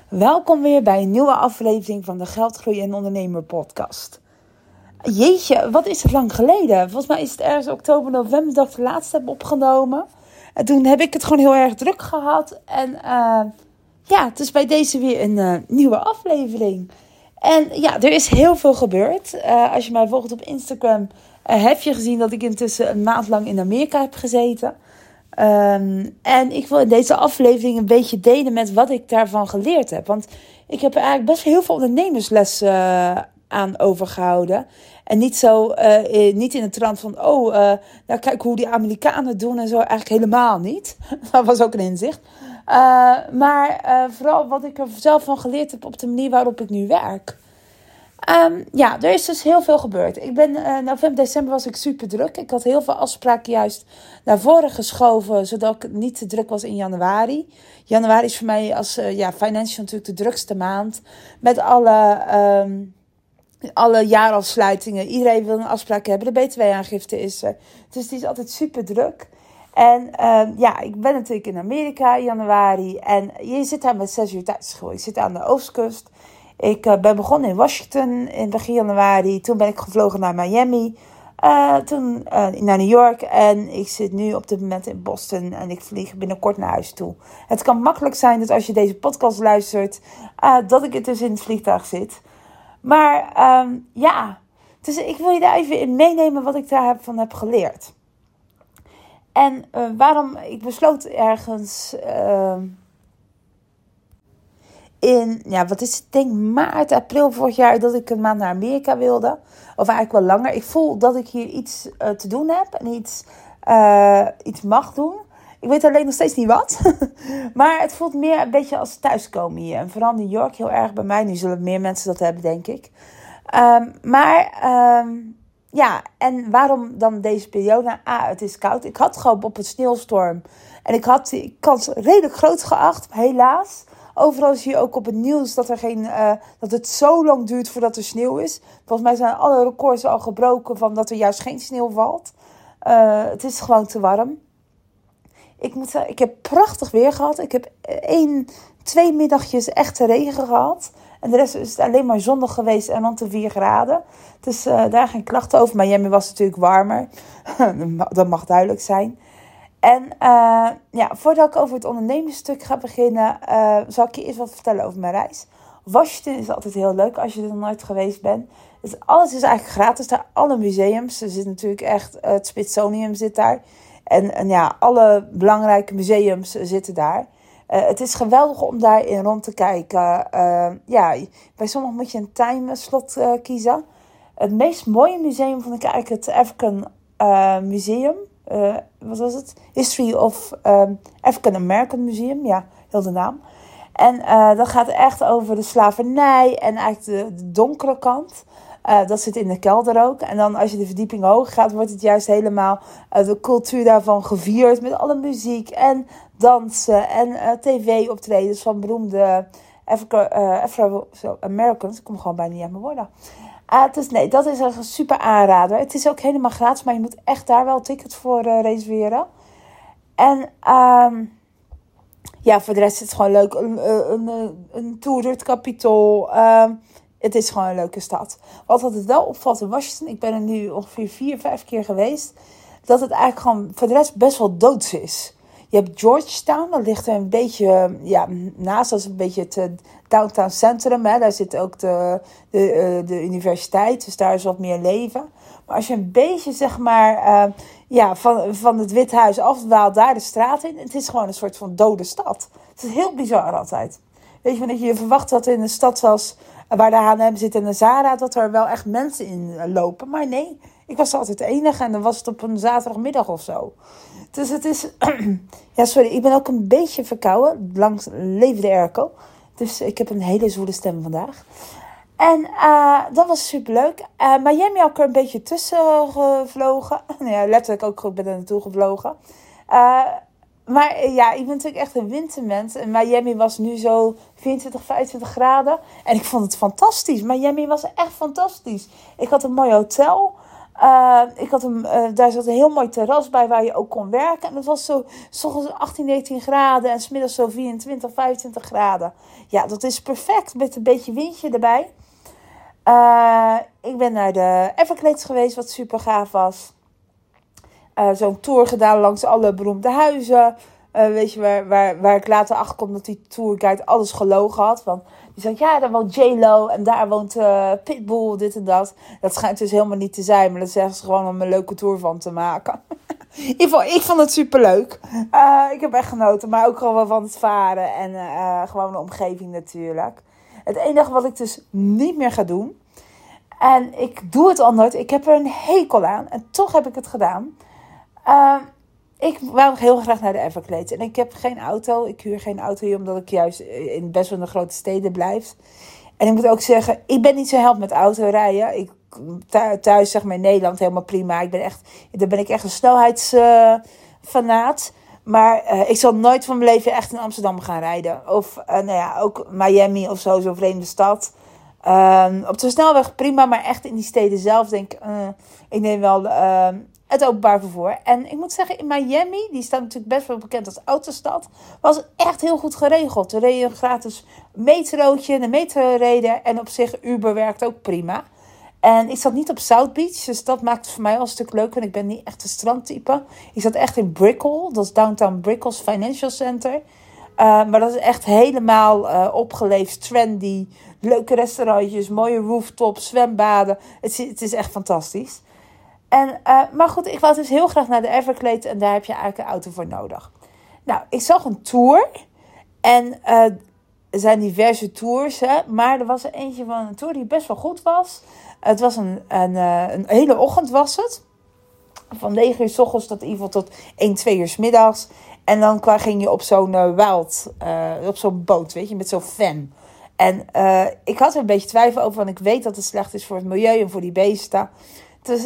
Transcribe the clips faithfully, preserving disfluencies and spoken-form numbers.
Welkom weer bij een nieuwe aflevering van de Geldgroei en Ondernemer podcast. Jeetje, wat is het lang geleden? Volgens mij is het ergens oktober, november dat ik de laatste heb opgenomen. En toen heb ik het gewoon heel erg druk gehad. En uh, ja, het is bij deze weer een uh, nieuwe aflevering. En ja, er is heel veel gebeurd. Uh, als je mij volgt op Instagram, uh, heb je gezien dat ik intussen een maand lang in Amerika heb gezeten. Um, en ik wil in deze aflevering een beetje delen met wat ik daarvan geleerd heb. Want ik heb er eigenlijk best heel veel ondernemerslessen uh, aan overgehouden. En niet zo, uh, niet in de trant van, oh, uh, nou kijk hoe die Amerikanen het doen en zo. Eigenlijk helemaal niet. Dat was ook een inzicht. Uh, maar uh, vooral wat ik er zelf van geleerd heb op de manier waarop ik nu werk. Um, ja, er is dus heel veel gebeurd. Ik ben, uh, november, december was ik super druk. Ik had heel veel afspraken juist naar voren geschoven, zodat ik niet te druk was in januari. Januari is voor mij als uh, ja, financial natuurlijk de drukste maand. Met alle, um, alle jaarafsluitingen. Iedereen wil een afspraak hebben. De B twee aangifte is er. Dus die is altijd super druk. En uh, ja, ik ben natuurlijk in Amerika in januari. En je zit daar met zes uur tijdsverschil. Ik zit aan de oostkust. Ik uh, ben begonnen in Washington in begin januari. Toen ben ik gevlogen naar Miami. Uh, toen uh, naar New York. En ik zit nu op dit moment in Boston. En ik vlieg binnenkort naar huis toe. Het kan makkelijk zijn dat als je deze podcast luistert, Uh, dat ik het dus in het vliegtuig zit. Maar um, ja, dus ik wil je daar even in meenemen wat ik daarvan heb geleerd. En uh, waarom ik besloot ergens Uh, In, ja, wat is het, ik denk maart, april vorig jaar dat ik een maand naar Amerika wilde. Of eigenlijk wel langer. Ik voel dat ik hier iets uh, te doen heb en iets, uh, iets mag doen. Ik weet alleen nog steeds niet wat. Maar het voelt meer een beetje als thuiskomen hier. En vooral New York heel erg bij mij. Nu zullen meer mensen dat hebben, denk ik. Um, maar um, ja, en waarom dan deze periode? Ah, het is koud. Ik had gehoopt op een sneeuwstorm. En ik had die kans redelijk groot geacht, helaas. Overal zie je ook op het nieuws dat, er geen, uh, dat het zo lang duurt voordat er sneeuw is. Volgens mij zijn alle records al gebroken van dat er juist geen sneeuw valt. Uh, het is gewoon te warm. Ik moet zeggen, ik heb prachtig weer gehad. Ik heb één, twee middagjes echte regen gehad. En de rest is het alleen maar zonnig geweest en rond de vier graden. Dus uh, daar geen klachten over. Miami was natuurlijk warmer. Dat mag duidelijk zijn. En uh, ja, voordat ik over het ondernemersstuk ga beginnen, uh, zal ik je eerst wat vertellen over mijn reis. Washington is altijd heel leuk als je er nog nooit geweest bent. Dus alles is eigenlijk gratis daar. Alle museums. Er zit natuurlijk echt, uh, het Smithsonian zit daar. En, en ja, alle belangrijke museums zitten daar. Uh, het is geweldig om daarin rond te kijken. Uh, ja, bij sommigen moet je een timeslot uh, kiezen. Het meest mooie museum vond ik eigenlijk het African uh, Museum. Uh, wat was het? History of um, African American Museum. Ja, heel de naam. En uh, dat gaat echt over de slavernij en eigenlijk de, de donkere kant. Uh, dat zit in de kelder ook. En dan als je de verdieping hoger gaat, wordt het juist helemaal uh, de cultuur daarvan gevierd. Met alle muziek en dansen en uh, tv-optredens van beroemde Afro-Americans. Ik kom gewoon bijna niet aan mijn woorden. Uh, dus nee, dat is een super aanrader. Het is ook helemaal gratis, maar je moet echt daar wel tickets voor uh, reserveren. En um, ja, voor de rest is het gewoon leuk. Een, een, een, een tour door het Capitool. Uh, het is gewoon een leuke stad. Wat altijd wel opvalt in Washington, ik ben er nu ongeveer vier, vijf keer geweest, dat het eigenlijk gewoon voor de rest best wel doods is. Je hebt Georgetown, dat ligt er een beetje ja, naast, dat is een beetje het uh, downtown centrum. Hè. Daar zit ook de, de, uh, de universiteit, dus daar is wat meer leven. Maar als je een beetje, zeg maar, uh, ja, van, van het Witte Huis afdwaalt, daar de straat in, het is gewoon een soort van dode stad. Het is heel bizar altijd. Weet je, dat je verwacht dat in een stad zoals waar de H en M zit en de Zara, dat er wel echt mensen in lopen. Maar nee, ik was altijd de enige en dan was het op een zaterdagmiddag of zo. Dus het is, ja sorry, ik ben ook een beetje verkouden, langs leven de airco. Dus ik heb een hele zwoele stem vandaag. En uh, dat was superleuk. Uh, Miami had ik er een beetje tussen gevlogen. Ja, letterlijk ook, ik ben er naartoe gevlogen. Uh, maar ja, ik ben natuurlijk echt een wintermens. En Miami was nu zo vierentwintig, vijfentwintig graden. En ik vond het fantastisch. Miami was echt fantastisch. Ik had een mooi hotel. Uh, ik had een, uh, daar zat een heel mooi terras bij waar je ook kon werken. En het was zo, 's ochtends achttien, negentien graden en 's middags zo vierentwintig, vijfentwintig graden. Ja, dat is perfect met een beetje windje erbij. Uh, ik ben naar de Everglades geweest, wat super gaaf was. Uh, zo'n tour gedaan langs alle beroemde huizen. Uh, weet je, waar, waar, waar ik later achter kom dat die tourguide alles gelogen had. Want die zei, ja, daar woont J-Lo en daar woont uh, Pitbull, dit en dat. Dat schijnt dus helemaal niet te zijn, maar dat zeggen ze gewoon om een leuke tour van te maken. In ieder geval, ik vond het superleuk. Uh, ik heb echt genoten, maar ook gewoon van het varen en uh, gewoon de omgeving natuurlijk. Het enige wat ik dus niet meer ga doen, en ik doe het al nooit, ik heb er een hekel aan en toch heb ik het gedaan. Uh, Ik wou heel graag naar de Everglades. En ik heb geen auto. Ik huur geen auto hier, omdat ik juist in best wel de grote steden blijf. En ik moet ook zeggen, ik ben niet zo held met autorijden. Ik thuis, zeg maar in Nederland, helemaal prima. Ik ben echt, daar ben ik echt een snelheidsfanaat. Uh, maar uh, ik zal nooit van mijn leven echt in Amsterdam gaan rijden. Of uh, nou ja, ook Miami of zo, zo'n vreemde stad. Uh, op de snelweg prima, maar echt in die steden zelf denk ik, uh, ik neem wel Uh, het openbaar vervoer. En ik moet zeggen, in Miami, die staat natuurlijk best wel bekend als autostad, was het echt heel goed geregeld. Er reed een gratis metrootje, de metro reden en op zich Uber werkt ook prima. En ik zat niet op South Beach, dus dat maakt het voor mij al een stuk leuk, want ik ben niet echt een strandtype. Ik zat echt in Brickell, dat is Downtown Brickell's Financial Center. Uh, maar dat is echt helemaal uh, opgeleefd, trendy, leuke restaurantjes, mooie rooftops, zwembaden. Het is, het is echt fantastisch. En, uh, maar goed, ik wou dus heel graag naar de Everglades en daar heb je eigenlijk een auto voor nodig. Nou, ik zag een tour en uh, er zijn diverse tours, hè, maar er was er eentje van een tour die best wel goed was. Het was een, een, uh, een hele ochtend was het, van negen uur 's ochtends tot in ieder geval tot één, twee uur 's middags. En dan ging je op zo'n uh, wild, uh, op zo'n boot, weet je, met zo'n fan. En uh, ik had er een beetje twijfel over, want ik weet dat het slecht is voor het milieu en voor die beesten. Dus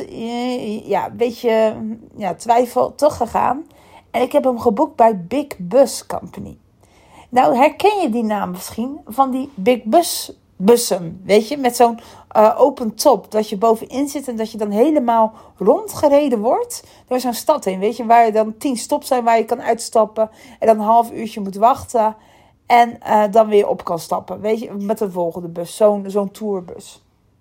ja, een beetje ja, twijfel toch gegaan. En ik heb hem geboekt bij Big Bus Company. Nou, herken je die naam misschien van die Big Bus bussen, weet je? Met zo'n uh, open top, dat je bovenin zit en dat je dan helemaal rondgereden wordt door zo'n stad heen, weet je? Waar je dan tien stops zijn waar je kan uitstappen en dan een half uurtje moet wachten en uh, dan weer op kan stappen, weet je? Met de volgende bus, zo'n, zo'n tourbus.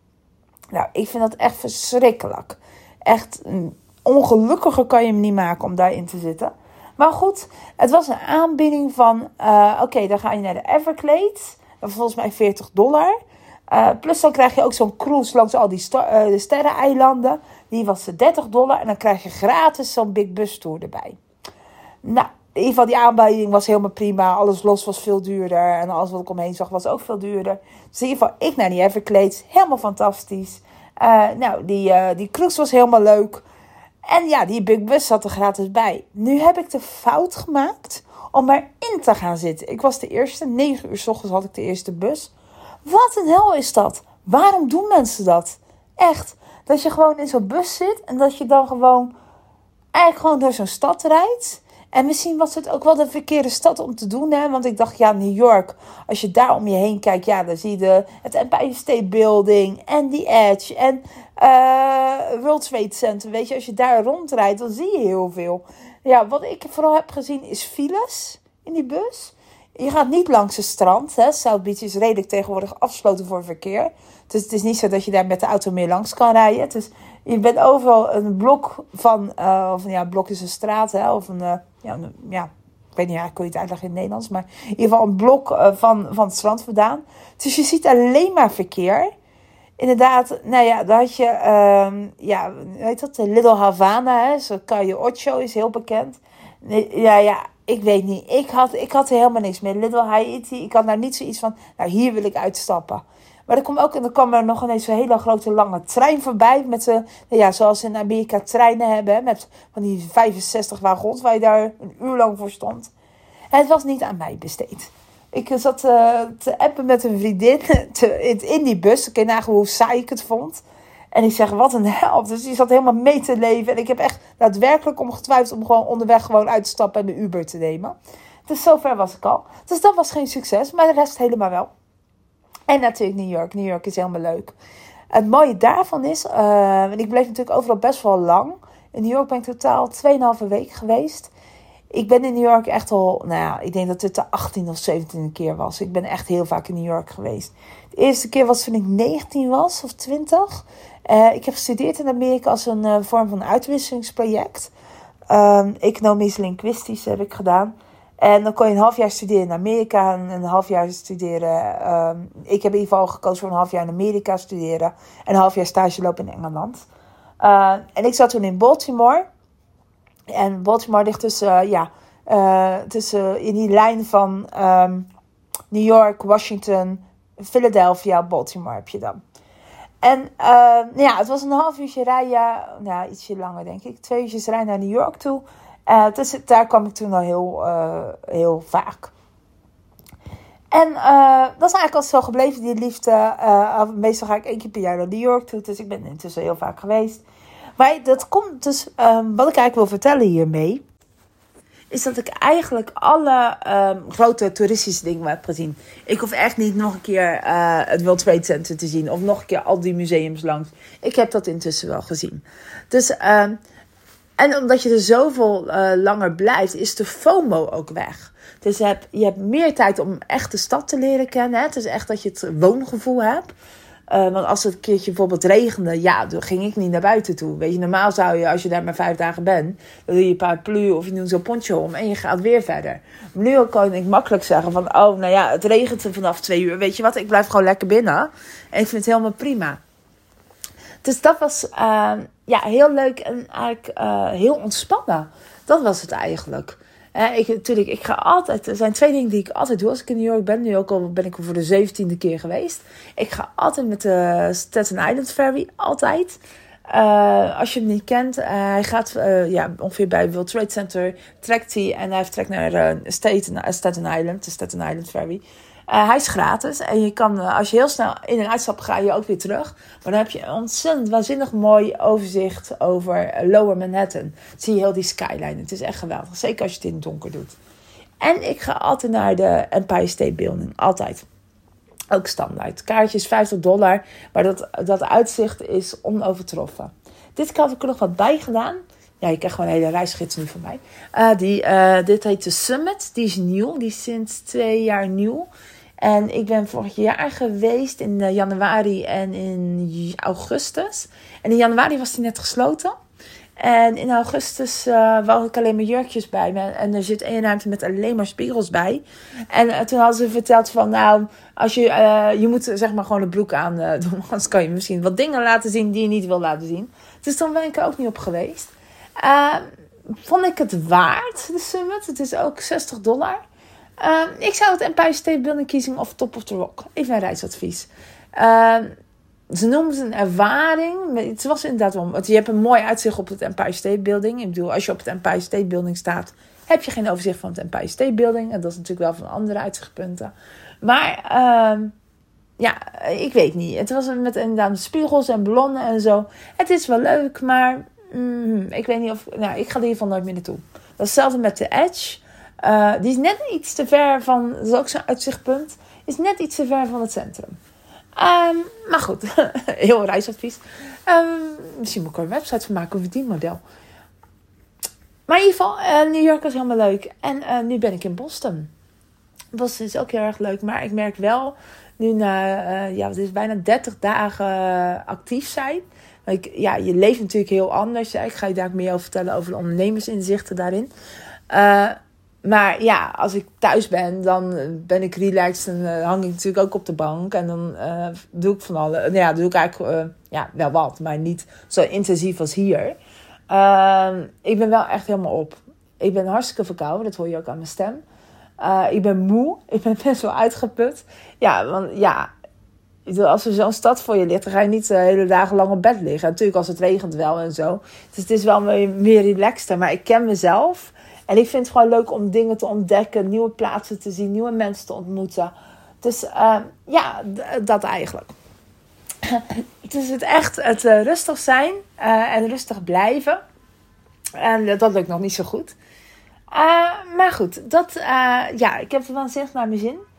Nou, ik vind dat echt verschrikkelijk. Echt ongelukkiger kan je hem niet maken om daarin te zitten. Maar goed, het was een aanbieding van Uh, Oké, okay, dan ga je naar de Everglades. Dat was volgens mij veertig dollar. Uh, plus dan krijg je ook zo'n cruise langs al die sta- uh, de sterreneilanden. Die was dertig dollar. En dan krijg je gratis zo'n big bus tour erbij. Nou, in ieder geval die aanbieding was helemaal prima. Alles los was veel duurder. En alles wat ik omheen zag was ook veel duurder. Dus in ieder geval, ik naar die Everglades. Helemaal fantastisch. Uh, nou, die, uh, die cruise was helemaal leuk. En ja, die big bus zat er gratis bij. Nu heb ik de fout gemaakt om erin te gaan zitten. Ik was de eerste. negen uur 's ochtends had ik de eerste bus. Wat een hel is dat? Waarom doen mensen dat? Echt. Dat je gewoon in zo'n bus zit. En dat je dan gewoon eigenlijk gewoon door zo'n stad rijdt. En misschien was het ook wel de verkeerde stad om te doen. Hè? Want ik dacht, ja, New York. Als je daar om je heen kijkt. Ja, dan zie je de, het Empire State Building. En The Edge. En uh, World Trade Center. Weet je, als je daar rondrijdt, dan zie je heel veel. Ja, wat ik vooral heb gezien is files in die bus. Je gaat niet langs het strand. Hè? South Beach is redelijk tegenwoordig afgesloten voor verkeer. Dus het is niet zo dat je daar met de auto meer langs kan rijden. Dus je bent overal een blok van, uh, of ja, een blok is een straat, hè, of een, uh, ja, een, ja, ik weet niet, ja, kon je het uitleggen in het Nederlands, maar in ieder geval een blok uh, van, van het strand vandaan. Dus je ziet alleen maar verkeer. Inderdaad, nou ja, daar had je, uh, ja, weet dat, de Little Havana, hè, zo Cayo Ocho is heel bekend. Ja, ja, ik weet niet, ik had, ik had er helemaal niks mee. Little Haiti, ik had nou niet zoiets van, nou hier wil ik uitstappen. Maar er kwam ook, en er kwam er nog ineens zo'n hele grote lange trein voorbij. Met de, ja, zoals ze in Amerika treinen hebben. Hè, met van die vijfenzestig wagons waar je daar een uur lang voor stond. En het was niet aan mij besteed. Ik zat uh, te appen met een vriendin te, in die bus. Ik kan nagaan hoe saai ik het vond. En ik zeg, wat een helft. Dus die zat helemaal mee te leven. En ik heb echt daadwerkelijk om getwijfeld om gewoon onderweg gewoon uit te stappen en de Uber te nemen. Dus zover was ik al. Dus dat was geen succes. Maar de rest helemaal wel. En natuurlijk New York. New York is helemaal leuk. Het mooie daarvan is, uh, en ik bleef natuurlijk overal best wel lang. In New York ben ik totaal twee en een halve week geweest. Ik ben in New York echt al, nou ja, ik denk dat het de achttiende of zeventiende keer was. Ik ben echt heel vaak in New York geweest. De eerste keer was toen ik negentien was of twintig. Uh, ik heb gestudeerd in Amerika als een uh, vorm van uitwisselingsproject. Um, economisch linguistisch heb ik gedaan. En dan kon je een half jaar studeren in Amerika en een half jaar studeren. Um, ik heb in ieder geval gekozen voor een half jaar in Amerika studeren. En een half jaar stage lopen in Engeland. Uh, en ik zat toen in Baltimore. En Baltimore ligt tussen, uh, ja, uh, tussen in die lijn van um, New York, Washington, Philadelphia, Baltimore heb je dan. En uh, nou ja, het was een half uurtje rijden, nou ietsje langer denk ik, twee uurtjes rijden naar New York toe. Uh, dus daar kwam ik toen al heel, uh, heel vaak. En uh, dat is eigenlijk altijd zo gebleven, die liefde. Uh, meestal ga ik één keer per jaar naar New York toe, dus ik ben intussen heel vaak geweest. Maar dat komt dus, um, wat ik eigenlijk wil vertellen hiermee, is dat ik eigenlijk alle um, grote toeristische dingen heb gezien. Ik hoef echt niet nog een keer uh, het World Trade Center te zien of nog een keer al die museums langs. Ik heb dat intussen wel gezien. Dus, um, en omdat je er zoveel uh, langer blijft, is de FOMO ook weg. Dus je hebt, je hebt meer tijd om echt de stad te leren kennen. Hè? Het is echt dat je het woongevoel hebt. Uh, want als het een keertje bijvoorbeeld regende, ja, dan ging ik niet naar buiten toe. Weet je, normaal zou je, als je daar maar vijf dagen bent, dan doe je een paraplu of je doet zo'n poncho om en je gaat weer verder. Maar nu kan ik makkelijk zeggen van, oh, nou ja, het regent vanaf twee uur. Weet je wat, ik blijf gewoon lekker binnen. En ik vind het helemaal prima. Dus dat was uh, ja, heel leuk en eigenlijk uh, heel ontspannen. Dat was het eigenlijk. Uh, ik, natuurlijk, ik ga altijd, er zijn twee dingen die ik altijd doe als ik in New York ben. Nu ook al ben ik er voor de zeventiende keer geweest. Ik ga altijd met de Staten Island Ferry, altijd. Uh, als je hem niet kent, uh, hij gaat uh, ja, ongeveer bij het World Trade Center, trekt hij en hij vertrekt naar uh, Staten, Staten Island, de Staten Island Ferry. Uh, hij is gratis en je kan, uh, als je heel snel in en uitstapt, ga je ook weer terug. Maar dan heb je een ontzettend waanzinnig mooi overzicht over Lower Manhattan. Dan zie je heel die skyline. Het is echt geweldig. Zeker als je het in het donker doet. En ik ga altijd naar de Empire State Building. Altijd. Ook standaard. Kaartje is vijftig dollar. Maar dat, dat uitzicht is onovertroffen. Dit keer had ik er nog wat bij gedaan. Ja, je krijgt gewoon een hele reisgids nu van mij. Uh, die, uh, dit heet de Summit. Die is nieuw. Die is sinds twee jaar nieuw. En ik ben vorig jaar geweest in januari en in augustus. En in januari was die net gesloten. En in augustus uh, wou ik alleen maar jurkjes bij me. En er zit één ruimte met alleen maar spiegels bij. En uh, toen hadden ze verteld van, nou, als je, uh, je moet zeg maar gewoon een broek aan uh, doen. Anders kan je misschien wat dingen laten zien die je niet wil laten zien. Dus dan ben ik er ook niet op geweest. Uh, vond ik het waard, de Summit. Het is ook zestig dollar. Uh, ik zou het Empire State Building kiezen of Top of the Rock. Even een reisadvies. Uh, ze noemen het een ervaring. Het was inderdaad wel. Je hebt een mooi uitzicht op het Empire State Building. Ik bedoel, als je op het Empire State Building staat, heb je geen overzicht van het Empire State Building. En dat is natuurlijk wel van andere uitzichtpunten. Maar uh, ja, ik weet niet. Het was met inderdaad spiegels en ballonnen en zo. Het is wel leuk, maar mm, ik weet niet of. Nou, ik ga er in ieder geval nooit meer naartoe. Dat is hetzelfde met de Edge. Uh, die is net iets te ver van, dat is ook zo'n uitzichtpunt, is net iets te ver van het centrum. Um, maar goed, heel reisadvies. Um, misschien moet ik er een website van maken over die model. Maar in ieder geval, uh, New York was helemaal leuk. En uh, nu ben ik in Boston. Boston is ook heel erg leuk, maar ik merk wel, nu na, uh, ja, het is bijna dertig dagen uh, actief zijn. Ik, ja, je leeft natuurlijk heel anders. Ja, ik ga je daar ook meer over vertellen, over de ondernemersinzichten daarin. Uh, Maar ja, als ik thuis ben, dan ben ik relaxed en uh, hang ik natuurlijk ook op de bank. En dan uh, doe ik van alle. Nou ja, doe ik eigenlijk uh, ja, wel wat, maar niet zo intensief als hier. Uh, ik ben wel echt helemaal op. Ik ben hartstikke verkouden, dat hoor je ook aan mijn stem. Uh, ik ben moe, ik ben best wel uitgeput. Ja, want ja, als er zo'n stad voor je ligt, dan ga je niet de hele dagen lang op bed liggen. Natuurlijk als het regent wel en zo. Dus het is wel meer, meer relaxter, maar ik ken mezelf. En ik vind het gewoon leuk om dingen te ontdekken, nieuwe plaatsen te zien, nieuwe mensen te ontmoeten. Dus uh, ja, d- dat eigenlijk. Het is het echt het uh, rustig zijn uh, en rustig blijven. En uh, dat lukt nog niet zo goed. Uh, maar goed, dat, uh, ja, ik heb er wel zin naar mijn zin.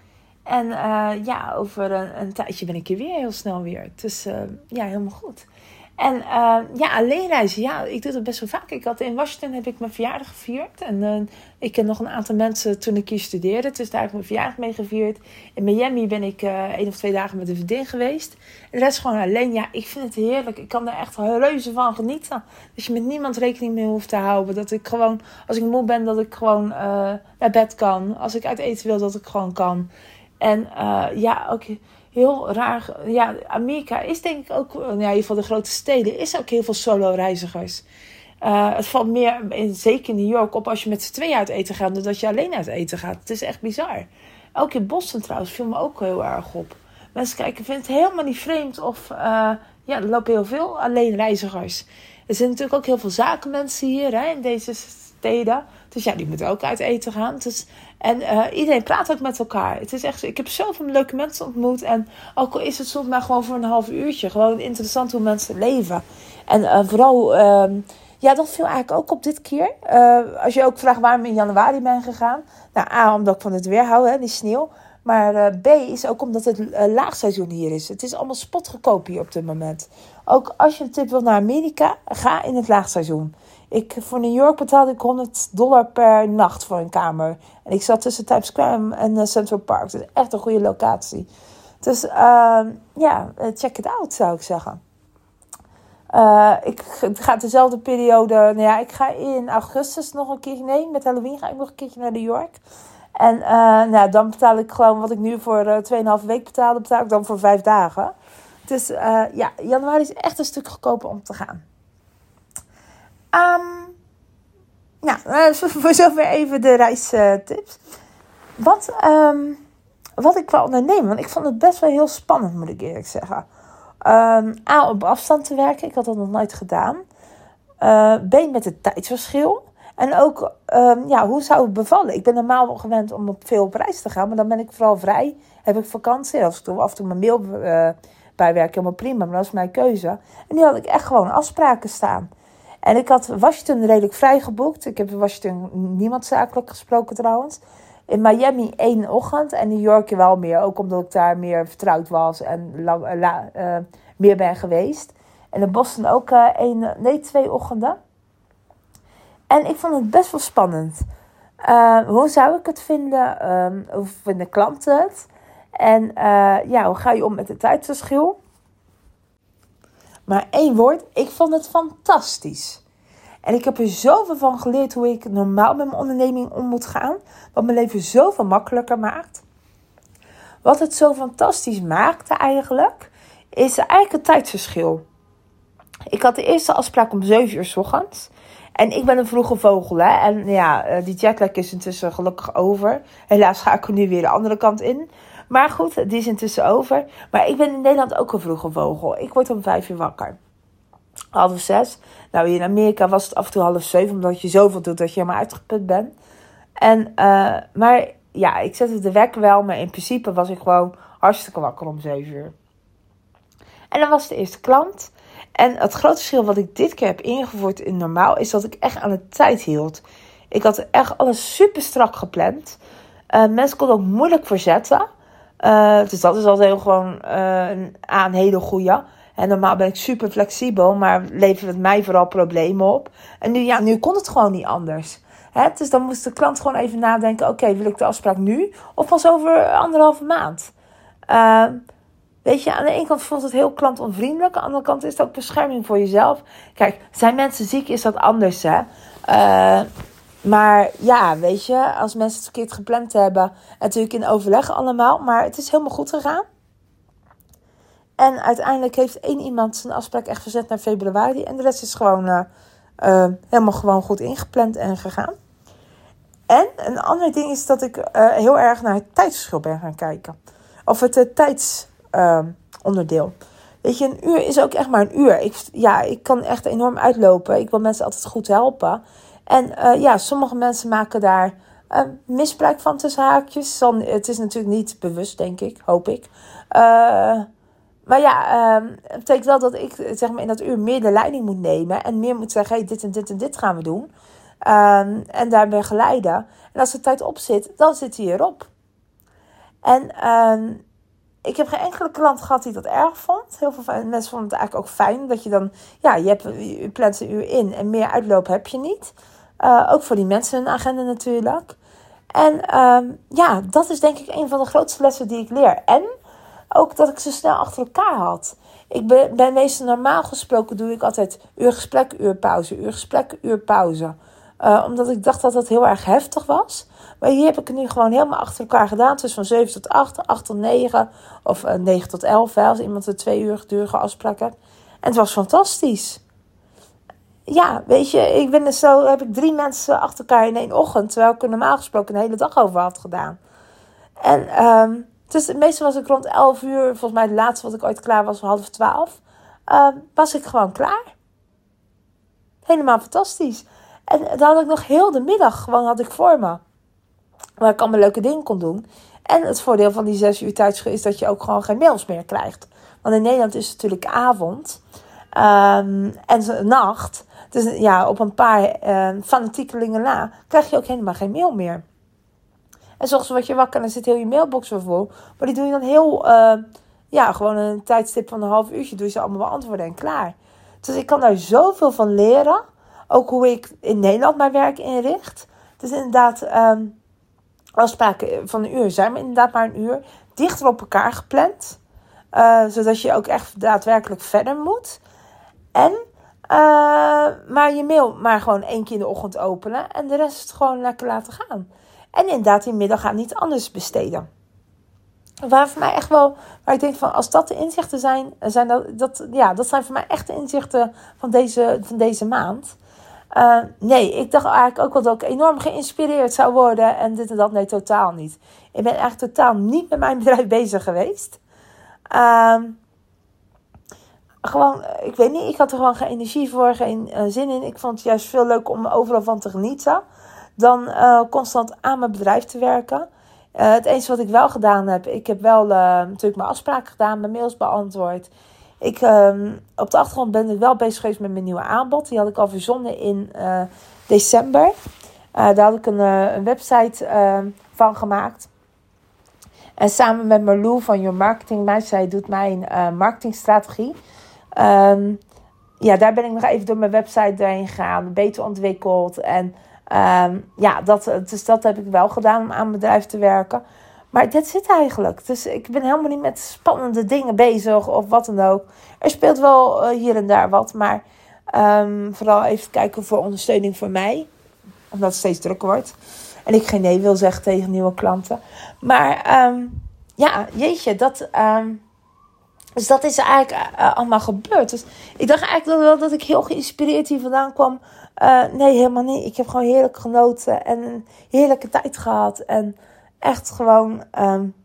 En uh, ja, over een, een tijdje ben ik hier weer heel snel weer. Dus uh, ja, helemaal goed. En uh, ja, alleen reizen. Ja, ik doe dat best wel vaak. Ik had in Washington heb ik mijn verjaardag gevierd. En uh, ik ken nog een aantal mensen toen ik hier studeerde. Dus daar heb ik mijn verjaardag mee gevierd. In Miami ben ik uh, één of twee dagen met een vriendin geweest. En de rest gewoon alleen. Ja, ik vind het heerlijk. Ik kan er echt reuze van genieten. Dat je met niemand rekening mee hoeft te houden. Dat ik gewoon, als ik moe ben, dat ik gewoon uh, naar bed kan. Als ik uit eten wil, dat ik gewoon kan. En uh, ja, ook heel raar. Ja, Amerika is denk ik ook, nou ja, in ieder geval de grote steden, is ook heel veel solo-reizigers. Uh, het valt meer, in, zeker in New York, op als je met z'n tweeën uit eten gaat, dan dat je alleen uit eten gaat. Het is echt bizar. Ook in Boston trouwens viel me ook heel erg op. Mensen kijken, vinden het helemaal niet vreemd of, uh, ja, er lopen heel veel alleen reizigers. Er zijn natuurlijk ook heel veel zakenmensen hier, hè, in deze steden. Dus ja, die moeten ook uit eten gaan. Dus, en uh, iedereen praat ook met elkaar. Het is echt, ik heb zoveel leuke mensen ontmoet. En ook al is het soms maar gewoon voor een half uurtje. Gewoon interessant hoe mensen leven. En uh, vooral, uh, ja, dat viel eigenlijk ook op dit keer. Uh, als je ook vraagt waarom ik in januari ben gegaan. Nou, A, omdat ik van het weer hou, hè, die sneeuw. Maar uh, B is ook omdat het uh, laagseizoen hier is. Het is allemaal spotgoedkoop hier op dit moment. Ook als je een tip wilt naar Amerika, ga in het laagseizoen. Ik, voor New York betaalde ik honderd dollar per nacht voor een kamer. En ik zat tussen Times Square en uh, Central Park. Dus echt een goede locatie. Dus uh, ja, check it out zou ik zeggen. Uh, ik ga dezelfde periode, nou ja, ik ga in augustus nog een keertje, nee, met Halloween ga ik nog een keertje naar New York. En uh, nou, dan betaal ik gewoon wat ik nu voor uh, twee en een half week betaalde, betaal ik dan voor vijf dagen. Dus uh, ja, januari is echt een stuk goedkoper om te gaan. Um, nou, uh, voor zover even de reistips. Uh, wat, um, wat ik wil ondernemen, want ik vond het best wel heel spannend, moet ik eerlijk zeggen. Um, A, op afstand te werken, ik had dat nog nooit gedaan. Uh, B, met het tijdsverschil. En ook, um, ja, hoe zou het bevallen? Ik ben normaal wel gewend om op veel op reis te gaan, maar dan ben ik vooral vrij. Heb ik vakantie, als ik af en toe mijn mail uh, bijwerk, helemaal prima, maar dat is mijn keuze. En nu had ik echt gewoon afspraken staan. En ik had Washington redelijk vrij geboekt. Ik heb in Washington niemand zakelijk gesproken trouwens. In Miami één ochtend en New York wel meer. Ook omdat ik daar meer vertrouwd was en lang, la, uh, meer ben geweest. En in Boston ook uh, één, nee, twee ochtenden. En ik vond het best wel spannend. Uh, hoe zou ik het vinden? Um, hoe vinden klanten het? En uh, ja, hoe ga je om met het tijdsverschil? Maar één woord, ik vond het fantastisch. En ik heb er zoveel van geleerd hoe ik normaal met mijn onderneming om moet gaan. Wat mijn leven zoveel makkelijker maakt. Wat het zo fantastisch maakte eigenlijk, is eigenlijk het tijdsverschil. Ik had de eerste afspraak om zeven uur 's ochtends. En ik ben een vroege vogel, hè. En ja, die jetlag is intussen gelukkig over. Helaas ga ik er nu weer de andere kant in. Maar goed, die is intussen over. Maar ik ben in Nederland ook een vroege vogel. Ik word om vijf uur wakker. Half zes. Nou, in Amerika was het af en toe half zeven. Omdat je zoveel doet dat je helemaal uitgeput bent. En, uh, maar ja, ik zette de wekker wel. Maar in principe was ik gewoon hartstikke wakker om zeven uur. En dan was de eerste klant. En het grote verschil wat ik dit keer heb ingevoerd in normaal, is dat ik echt aan de tijd hield. Ik had echt alles super strak gepland. Uh, mensen konden ook moeilijk verzetten. Uh, dus dat is altijd heel gewoon uh, een, een hele goeie. En normaal ben ik super flexibel, maar levert het mij vooral problemen op. En nu, ja, nu kon het gewoon niet anders. Hè? Dus dan moest de klant gewoon even nadenken, oké, okay, wil ik de afspraak nu of pas over anderhalve maand? Uh, Weet je, aan de ene kant voelt het heel klantonvriendelijk. Aan de andere kant is het ook bescherming voor jezelf. Kijk, zijn mensen ziek, is dat anders, hè. Uh, maar ja, weet je, als mensen het verkeerd gepland hebben. Natuurlijk in overleg allemaal. Maar het is helemaal goed gegaan. En uiteindelijk heeft één iemand zijn afspraak echt verzet naar februari. En de rest is gewoon uh, uh, helemaal gewoon goed ingepland en gegaan. En een ander ding is dat ik uh, heel erg naar het tijdsverschil ben gaan kijken. Of het uh, tijds... Uh, onderdeel. Weet je, een uur is ook echt maar een uur. Ik, ja, ik kan echt enorm uitlopen. Ik wil mensen altijd goed helpen. En uh, ja, sommige mensen maken daar uh, misbruik van tussen haakjes. Dan, het is natuurlijk niet bewust, denk ik. Hoop ik. Uh, maar ja, uh, het betekent wel dat ik zeg maar, in dat uur meer de leiding moet nemen. En meer moet zeggen, hey, dit en dit en dit gaan we doen. Uh, en daarbij geleiden. En als de tijd op zit, dan zit hij erop. En um, ik heb geen enkele klant gehad die dat erg vond. Heel veel mensen vonden het eigenlijk ook fijn. Dat je dan, ja, je, hebt, je plant een uur in en meer uitloop heb je niet. Uh, ook voor die mensen hun agenda natuurlijk. En um, ja, dat is denk ik een van de grootste lessen die ik leer. En ook dat ik ze snel achter elkaar had. Ik ben, ben meestal normaal gesproken doe ik altijd uur gesprek, uur pauze, uur gesprek, uur pauze. Uh, omdat ik dacht dat dat heel erg heftig was. Maar hier heb ik het nu gewoon helemaal achter elkaar gedaan. Dus van zeven tot acht, acht tot negen of uh, negen tot elf. Hè, als iemand een twee uur durige afspraak heeft. En het was fantastisch. Ja, weet je, ik ben er zo, heb ik drie mensen achter elkaar in één ochtend. Terwijl ik er normaal gesproken een hele dag over had gedaan. En um, dus meestal was ik rond elf uur. Volgens mij het laatste wat ik ooit klaar was, half twaalf. Uh, was ik gewoon klaar. Helemaal fantastisch. En dan had ik nog heel de middag gewoon had ik voor me. Waar ik allemaal leuke dingen kon doen. En het voordeel van die zes uur tijdschuur is dat je ook gewoon geen mails meer krijgt. Want in Nederland is het natuurlijk avond. Um, en nacht. Dus ja, op een paar uh, fanatiekelingen na krijg je ook helemaal geen mail meer. En soms word je wakker en dan zit heel je mailbox weer vol. Maar die doe je dan heel, uh, ja, gewoon een tijdstip van een half uurtje. Doe je ze allemaal beantwoorden en klaar. Dus ik kan daar zoveel van leren. Ook hoe ik in Nederland mijn werk inricht. Dus inderdaad, um, afspraken van een uur zijn maar inderdaad maar een uur. Dichter op elkaar gepland. Uh, zodat je ook echt daadwerkelijk verder moet. En, uh, maar je mail maar gewoon één keer in de ochtend openen. En de rest gewoon lekker laten gaan. En inderdaad die middag aan iets anders besteden. Waar voor mij echt wel, waar ik denk van als dat de inzichten zijn, zijn dat, dat, ja, dat zijn voor mij echt de inzichten van deze, van deze maand. Uh, nee, ik dacht eigenlijk ook wel dat ik enorm geïnspireerd zou worden en dit en dat. Nee, totaal niet. Ik ben eigenlijk totaal niet met mijn bedrijf bezig geweest. Uh, gewoon, ik weet niet, ik had er gewoon geen energie voor, geen uh, zin in. Ik vond het juist veel leuker om overal van te genieten dan uh, constant aan mijn bedrijf te werken. Uh, het enige wat ik wel gedaan heb, ik heb wel uh, natuurlijk mijn afspraken gedaan, mijn mails beantwoord. Ik, uh, op de achtergrond ben ik wel bezig geweest met mijn nieuwe aanbod. Die had ik al verzonnen in uh, december. Uh, daar had ik een, uh, een website uh, van gemaakt. En samen met Marlou van Your Marketing Match, zij doet mijn uh, marketingstrategie. Um, ja, daar ben ik nog even door mijn website doorheen gegaan, beter ontwikkeld. En um, ja, dat, dus dat heb ik wel gedaan om aan mijn bedrijf te werken. Maar dat zit eigenlijk. Dus ik ben helemaal niet met spannende dingen bezig of wat dan ook. Er speelt wel uh, hier en daar wat. Maar um, vooral even kijken voor ondersteuning voor mij. Omdat het steeds drukker wordt. En ik geen nee wil zeggen tegen nieuwe klanten. Maar um, ja, jeetje. Dat, um, dus dat is eigenlijk uh, allemaal gebeurd. Dus ik dacht eigenlijk wel dat ik heel geïnspireerd hier vandaan kwam. Uh, nee, helemaal niet. Ik heb gewoon heerlijk genoten. En een heerlijke tijd gehad. En echt gewoon, um,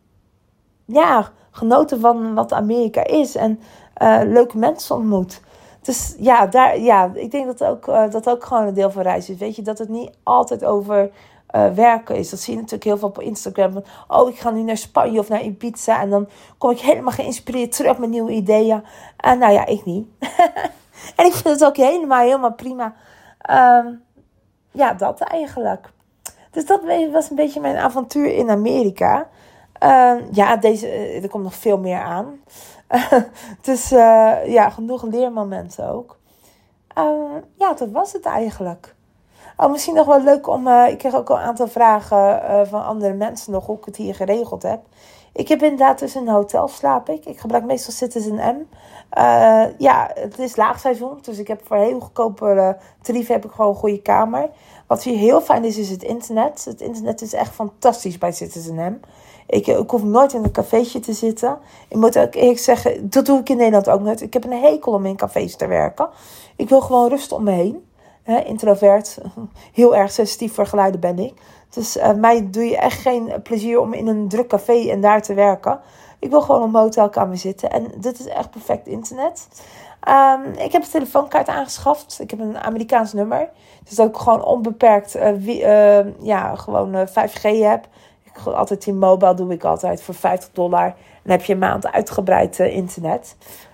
ja, genoten van wat Amerika is. En uh, leuke mensen ontmoet. Dus ja, daar, ja ik denk dat ook, uh, dat ook gewoon een deel van reis is. Weet je, dat het niet altijd over uh, werken is. Dat zie je natuurlijk heel veel op Instagram. Van, oh, ik ga nu naar Spanje of naar Ibiza. En dan kom ik helemaal geïnspireerd terug met nieuwe ideeën. En uh, nou ja, ik niet. En ik vind het ook helemaal, helemaal prima. Um, ja, dat eigenlijk. Dus dat was een beetje mijn avontuur in Amerika. Uh, ja, deze, er komt nog veel meer aan. Uh, dus uh, ja, genoeg leermomenten ook. Uh, ja, dat was het eigenlijk. Oh, misschien nog wel leuk om... Uh, ik kreeg ook al een aantal vragen uh, van andere mensen nog hoe ik het hier geregeld heb. Ik heb inderdaad dus in een hotel slaap ik. Ik gebruik meestal Citizen M. Uh, ja, het is laagseizoen. Dus ik heb voor heel goedkope uh, tarieven heb ik gewoon een goede kamer. Wat hier heel fijn is, is het internet. Het internet is echt fantastisch bij Citizen M. Ik, ik hoef nooit in een cafeetje te zitten. Ik moet ook eerlijk zeggen, dat doe ik in Nederland ook nooit. Ik heb een hekel om in cafés te werken. Ik wil gewoon rust om me heen. He, introvert, heel erg sensitief voor geluiden ben ik. Dus uh, mij doe je echt geen plezier om in een druk café en daar te werken. Ik wil gewoon op mijn hotelkamer zitten. En dit is echt perfect internet. Um, ik heb een telefoonkaart aangeschaft. Ik heb een Amerikaans nummer. Dus dat ik gewoon onbeperkt uh, wie, uh, ja, gewoon uh, vijf G heb. Ik, altijd T-Mobile doe ik altijd voor vijftig dollar. En dan heb je een maand uitgebreid uh, internet.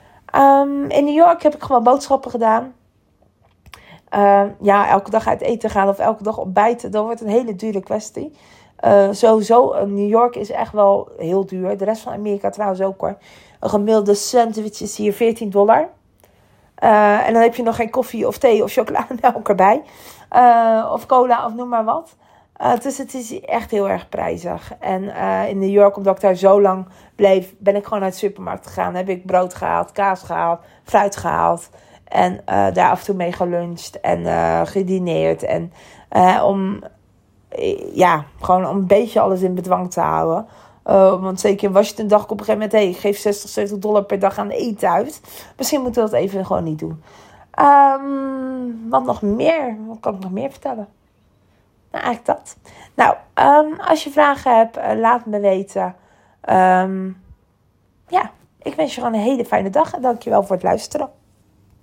Um, in New York heb ik gewoon boodschappen gedaan. Uh, ja, elke dag uit eten gaan of elke dag ontbijten, dat wordt een hele dure kwestie. Uh, sowieso, uh, New York is echt wel heel duur. De rest van Amerika trouwens ook hoor. Een gemiddelde sandwich is hier veertien dollar. Uh, en dan heb je nog geen koffie of thee of chocolademelk erbij. Uh, of cola of noem maar wat. Uh, dus het is echt heel erg prijzig. En uh, in New York, omdat ik daar zo lang bleef, ben ik gewoon naar de supermarkt gegaan. Heb ik brood gehaald, kaas gehaald, fruit gehaald. En uh, daar af en toe mee geluncht en uh, gedineerd. En uh, om, ja, gewoon om een beetje alles in bedwang te houden. Uh, want zeker in Washington dacht ik op een gegeven moment, hey, ik geef zestig, zeventig dollar per dag aan eten uit. Misschien moeten we dat even gewoon niet doen. Um, wat nog meer? Wat kan ik nog meer vertellen? Nou, eigenlijk dat. Nou, um, als je vragen hebt, uh, laat me weten. Um, ja, ik wens je gewoon een hele fijne dag en dankjewel voor het luisteren.